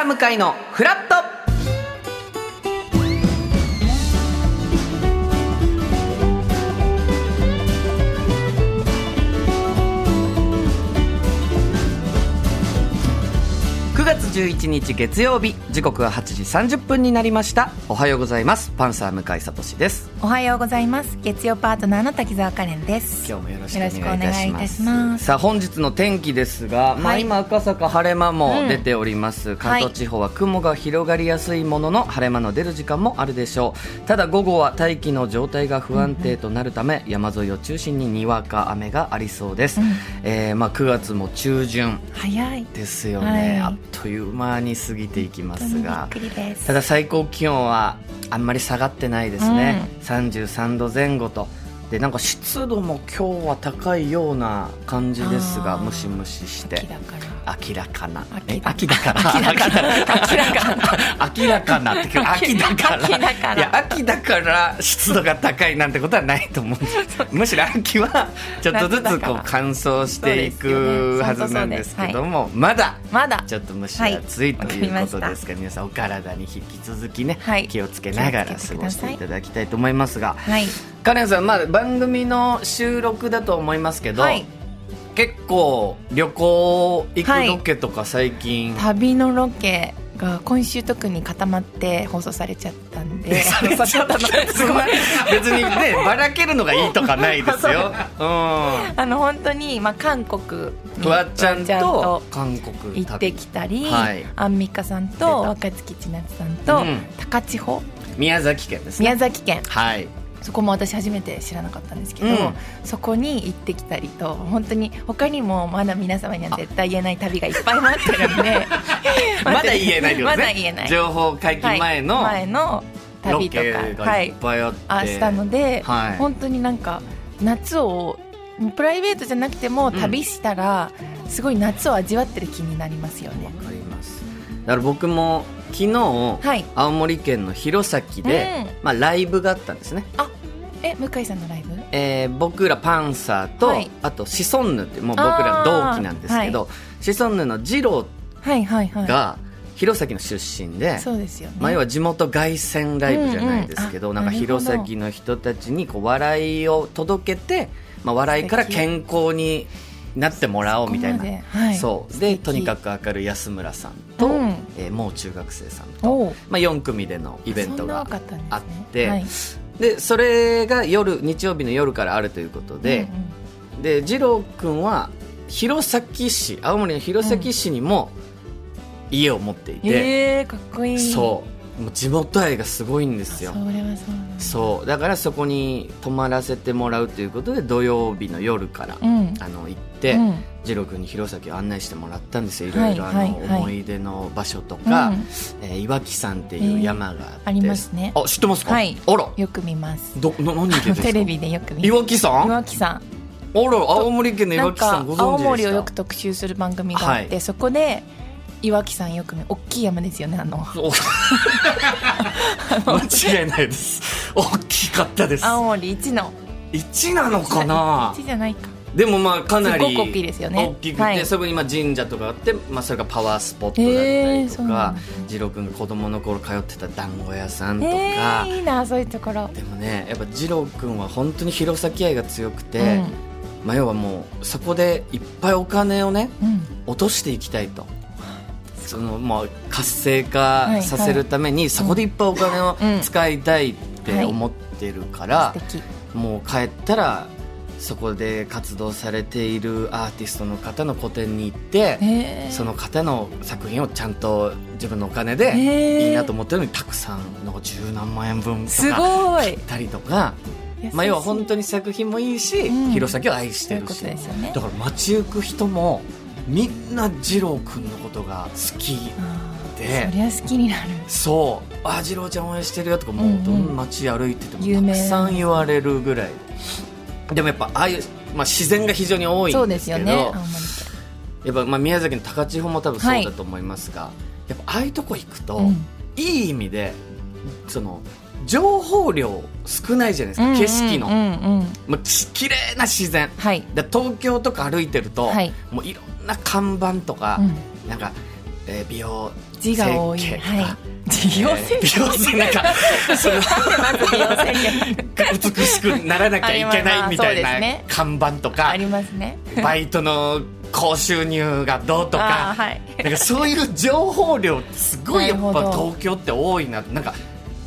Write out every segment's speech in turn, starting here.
向かいのフラット。9月11日月曜日、時刻は8時30分になりました。おはようございます。パンサー向井聡です。 おはようございます。月曜パートナーの滝沢カレンです。 今日もよろしくお願いいたします。さあ本日の天気ですが、今赤坂晴れ間も出ております、関東地方は雲が広がりやすいものの、晴れ間の出る時間もあるでしょう。ただ午後は大気の状態が不安定となるため、山沿いを中心ににわか雨がありそうです、9月も中旬ですよね、あっという間に過ぎていきますが、ただ最高気温はあんまり下がってないですね、33度前後と。でなんか湿度も今日は高いような感じですが、ムシムシして明らかなって秋だから湿度が高いなんてことはないと思うんですむしろ秋はちょっとずつこう乾燥していくはずなんですけども、まだちょっと蒸し暑いということですから、皆さんお体に引き続きね、気をつけながら過ごしていただきたいと思いますが、カレンさん、番組の収録だと思いますけど、結構旅行行くロケとか最近、 旅のロケが今週特に固まって放送されちゃったんで別にねばらけるのがいいとかないですよ本当に、韓国にフワちゃんと韓国行ってきたり、アンミカさんと若槻千夏さんと、高千穂、 宮崎県ですね。 宮崎県、そこも私初めて知らなかったんですけど、そこに行ってきたりと、本当に他にもまだ皆様には絶対言えない旅がいっぱい待ってるんでまだ言えないですね。 まだ言えない情報解禁前の旅とかがいっぱいあって、 したので、本当になんか夏をプライベートじゃなくても旅したら、すごい夏を味わってる気になりますよね。 わかります。だから僕も昨日、青森県の弘前で、ライブがあったんですね。 向井さんのライブ、 僕らパンサーと、あとシソンヌって、もう僕ら同期なんですけど、シソンヌのジローが弘前の出身で、 そうですよね、 要は地元凱旋ライブじゃないですけど、なんか弘前の人たちにこう笑いを届けて、笑いから健康になってもらおうみたいな、そうで、とにかく明るい安村さんと、もう中学生さんと、4組でのイベントがあって、でそれが日曜日の夜からあるということで、で二郎君は弘前市、青森の弘前市にも家を持っていて、 かっこいい。 そうもう地元愛がすごいんですよ。 それはそうなんだ。 そうだからそこに泊まらせてもらうということで、土曜日の夜から、行って、二郎君に弘前を案内してもらったんですよ。いろいろ思い出の場所とか、岩木山っていう山がありますね。 知ってますか？あら、 よく見ます。 何でですか？ テレビでよく見ます。 岩木山？ 岩木山。 青森県の岩木山ご存知でした？ 青森をよく特集する番組があって、そこで岩木山よく見、大きい山ですよね。間違いないです。大きかったです。 青森1 なのかな ？1じゃないか。 でもかなりすごく大きいですよね。 大きくて、そこに神社とかあって、それがパワースポットだったりとか、二郎君が子供の頃通ってた団子屋さんとか、 いいな、そういうところ。 でもね、やっぱ二郎君は本当に弘前愛が強くて、要はもうそこでいっぱいお金をね、落としていきたいと、その活性化させるために、そこでいっぱいお金を使いたいって思ってるから、もう帰ったらそこで活動されているアーティストの方の個展に行って、その方の作品をちゃんと自分のお金でいいなと思ってるのに、たくさんの十何万円分とか買ったりとか、要は本当に作品もいいし、弘前を愛してるし、だから街行く人もみんな二郎君のことが好きで、 そりゃ好きになる。 そう、二郎ちゃん応援してるよとか、もうどんな街歩いててもたくさん言われるぐらい。でもやっぱああいう、自然が非常に多いんですけど、やっぱ宮崎の高千穂も多分そうだと思いますが、やっぱああいうとこ行くと、いい意味でその情報量少ないじゃないですか、景色の、綺麗な自然、だ東京とか歩いてると、もういろんな看板とか、なんか美容字が多い、 整形はい、美容整形、 美容整なんかその美容整形美しくならなきゃいけないみたいな看板とかありますね。 バイトの高収入がどうとか、 はい、 なんかそういう情報量ってすごいやっぱ東京って多いな。なんか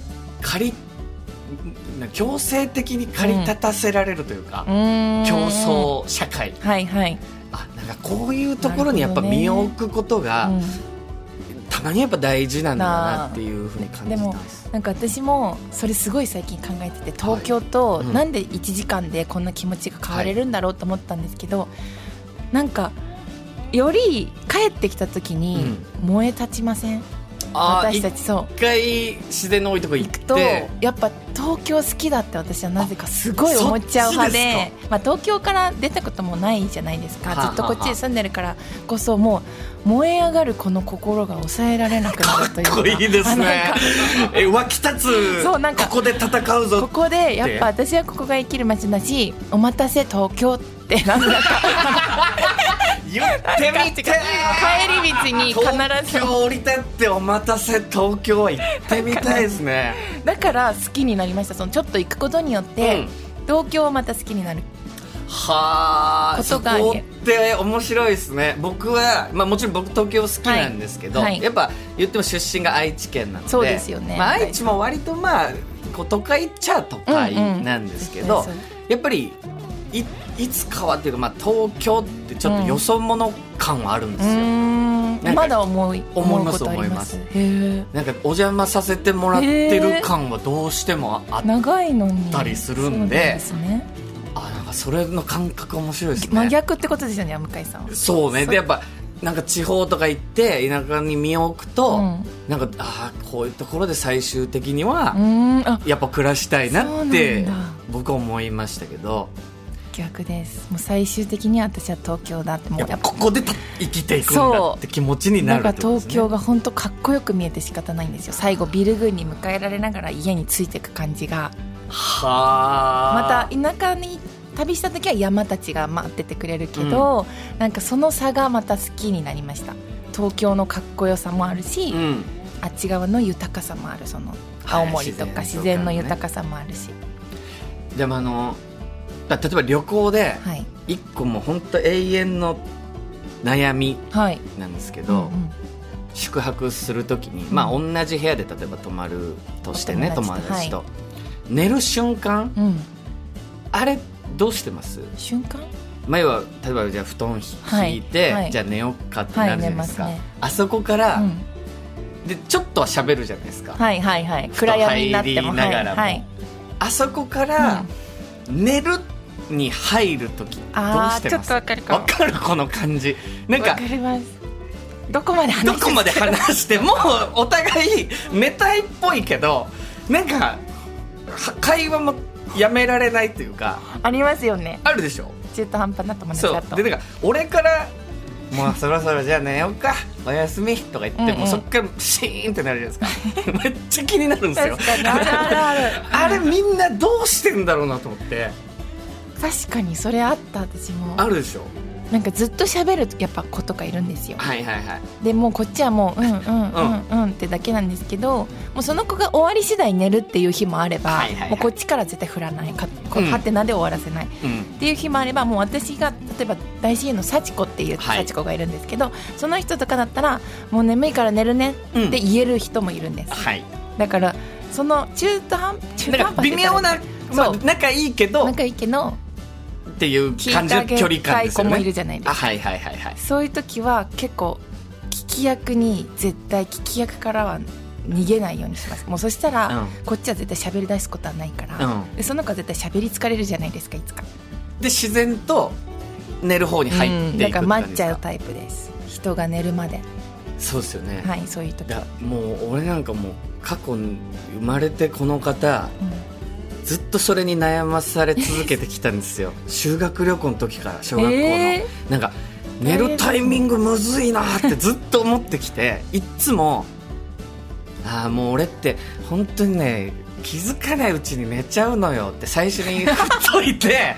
強制的に駆り立たせられるというか、競争社会、 はいはい、 なんかこういうところにやっぱ身を置くことが、たまにやっぱ大事なんだなっていうふうに感じたんです。 でもなんか私もそれすごい最近考えてて、東京となんで1時間でこんな気持ちが変われるんだろうと思ったんですけど、なんかより帰ってきた時に燃え立ちません？私たちそう一回自然の多いとこ行くとやっぱ東京好きだって私はなぜかすごい思っちゃう派で、東京から出たこともないじゃないですか。ずっとこっちに住んでるからこそ、もう燃え上がるこの心が抑えられなくなるというか、 かっこいいですね。湧き立つ、そうなんかここで戦うぞ、 ここでやっぱ私はここが生きる街だし、お待たせ東京ってなんだか言ってみて、 帰り道に必ず東京降り立ってお待たせ東京は行ってみたいですね。 だから好きになりました。そのちょっと行くことによって、東京をまた好きになるはあ、 そこって面白いですね。僕は、もちろん僕東京好きなんですけど、やっぱ言っても出身が愛知県なので、 そうですよね、 愛知も割とこう都会っちゃ都会なんですけど、やっぱりいつかはっていうか、東京ってちょっとよそ者感はあるんですよ。 まだ思います思います。なんかお邪魔させてもらってる感はどうしてもあったりするんで、なんかそれの感覚面白いですね。 真逆ってことですよね、向井さんは。 そうね。でやっぱなんか地方とか行って田舎に身を置くと、なんかこういうところで最終的にはやっぱ暮らしたいなって僕は思いましたけど。 逆です。もう最終的に私は東京だって、もうやっぱここで生きていくんだって気持ちになるってことですね。 東京が本当かっこよく見えて仕方ないんですよ。最後ビル群に迎えられながら家についていく感じが。また田舎に旅した時は山たちが待っててくれるけど、なんかその差がまた好きになりました。東京のかっこよさもあるし、あっち側の豊かさもある。その青森とか自然の豊かさもあるし、 でも例えば旅行で一個もう本当永遠の悩みなんですけど、宿泊するときに、同じ部屋で例えば泊まるとしてね、友達と、寝る瞬間、あれどうしてます？ 瞬間？ 前は例えばじゃあ布団引いて、じゃあ寝ようかってなるじゃないですか。あそこから、でちょっとは喋るじゃないですか。 暗闇になっても入りながらも、あそこから、寝るに入るときどうしてます？ ちょっとわかるかも。 わかるこの感じ。なんかわかります。どこまで話してもお互い寝たいっぽいけど、なんか会話もやめられないというか。 ありますよね。 あるでしょ。 中途半端な友達だと。 そうで、なんか俺からもうそろそろじゃあ寝ようかおやすみとか言って、もうそっからシーンってなるじゃないですか。めっちゃ気になるんですよ。 確かにあれみんなどうしてんだろうなと思って。 確かにそれあった。私もあるでしょ。 なんかずっと喋るやっぱ子とかいるんですよ。でもうこっちはもうってだけなんですけど、もうその子が終わり次第寝るっていう日もあれば、もうこっちから絶対振らないはてなで終わらせないっていう日もあれば、もう私が例えば大親友の幸子っていう幸子がいるんですけど、その人とかだったらもう眠いから寝るねって言える人もいるんです。だからその中途半端微妙な、仲いいけどっていう感じの距離感ですよね。 子もいるじゃないですか。そういう時は結構聞き役に絶対聞き役からは逃げないようにします。もうそしたら、こっちは絶対喋り出すことはないから、でその子は絶対喋り疲れるじゃないですか、いつか。 で自然と寝る方に入っていくって感じですか？ だから待っちゃうタイプです。人が寝るまで。 そうですよね。 そういう時は。 もう俺なんかもう過去生まれてこの方、ずっとそれに悩まされ続けてきたんですよ。修学旅行の時から小学校の、なんか寝るタイミングむずいなってずっと思ってきて、いっつももう俺って本当にね、気づかないうちに寝ちゃうのよって最初に振っといて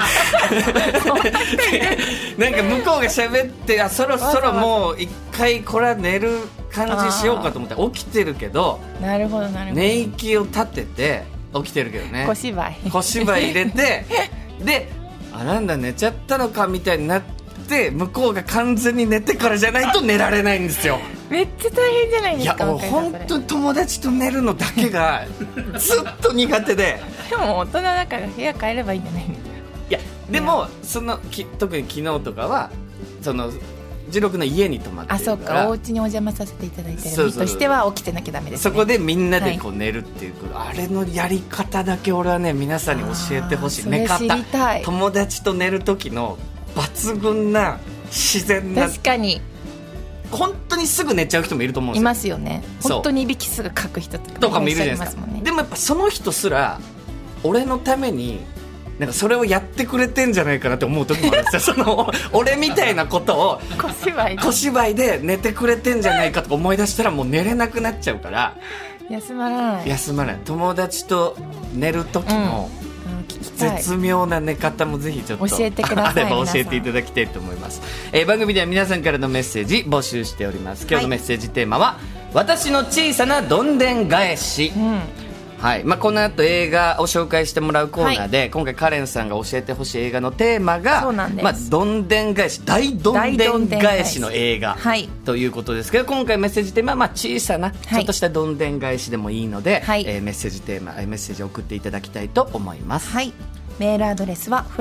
なんか向こうが喋ってそろそろもう一回これは寝る感じしようかと思ったら起きてるけど、 なるほどなるほど、 寝息を立てて起きてるけどね、 小芝居入れてで、なんだ寝ちゃったのかみたいになって向こうが完全に寝てからじゃないと寝られないんですよ。 めっちゃ大変じゃないですか。 いやもう本当に友達と寝るのだけがずっと苦手ででも大人だから部屋帰ればいいんじゃないの。いやでも特に昨日とかは次郎君の家に泊まってるから、 そうか、お家にお邪魔させていただいてる身としては起きてなきゃダメですね。 そこでみんなで寝るっていう、あれのやり方だけ俺はね皆さんに教えてほしい。寝方、友達と寝る時の抜群な自然な、 確かに本当にすぐ寝ちゃう人もいると思うんですよ。 いますよね。本当にいびきすぐかく人とかもいるじゃないですか。でもやっぱその人すら俺のためになんかそれをやってくれてんじゃないかなって思う時もあるんですよ俺みたいなことを小芝居で寝てくれてんじゃないかとか思い出したらもう寝れなくなっちゃうから休まらない。 友達と寝る時の絶妙な寝方もぜひちょっと教えてください。 あれば教えていただきたいと思います。番組では皆さんからのメッセージ募集しております。今日のメッセージテーマは、私の小さなどんでん返し、はい。この後映画を紹介してもらうコーナーで、今回カレンさんが教えてほしい映画のテーマが、どんでん返し、大どんでん返しの映画ということですけど、今回メッセージテーマは小さなちょっとしたどんでん返しでもいいので、メッセージテーマ、メッセージを送っていただきたいと思います。 メールアドレスは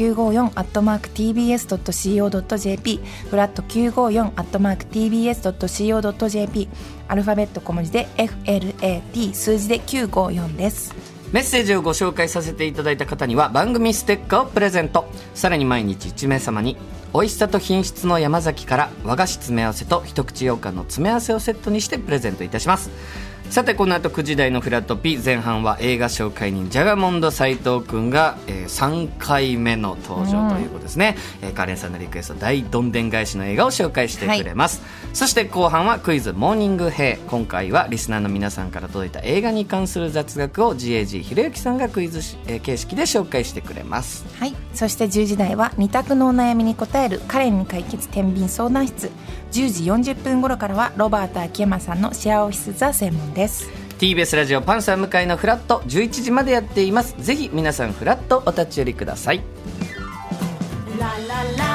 flat954@tbs.co.jp、flat954@tbs.co.jp、アルファベット小文字で FLAT、 数字で954です。 メッセージをご紹介させていただいた方には番組ステッカーをプレゼント。さらに毎日1名様に美味しさと品質の山崎から和菓子詰め合わせと一口羊羹の詰め合わせをセットにしてプレゼントいたします。さてこの後9時台のフラットピ前半は映画紹介人ジャガモンド斉藤くんが、3回目の登場ということですね。カレンさんのリクエスト大どんでん返しの映画を紹介してくれます。そして後半はクイズモーニングヘイ。今回はリスナーの皆さんから届いた映画に関する雑学を GAG ひろゆきさんがクイズ、形式で紹介してくれます。 そして10時台は2択のお悩みに答えるカレンに解決天秤相談室。10時40分頃からはロバート秋山さんのシェアオフィスザ専門です。 TBS ラジオパンサー向井のフラット11時までやっています。ぜひ皆さんフラットお立ち寄りください。 ラララ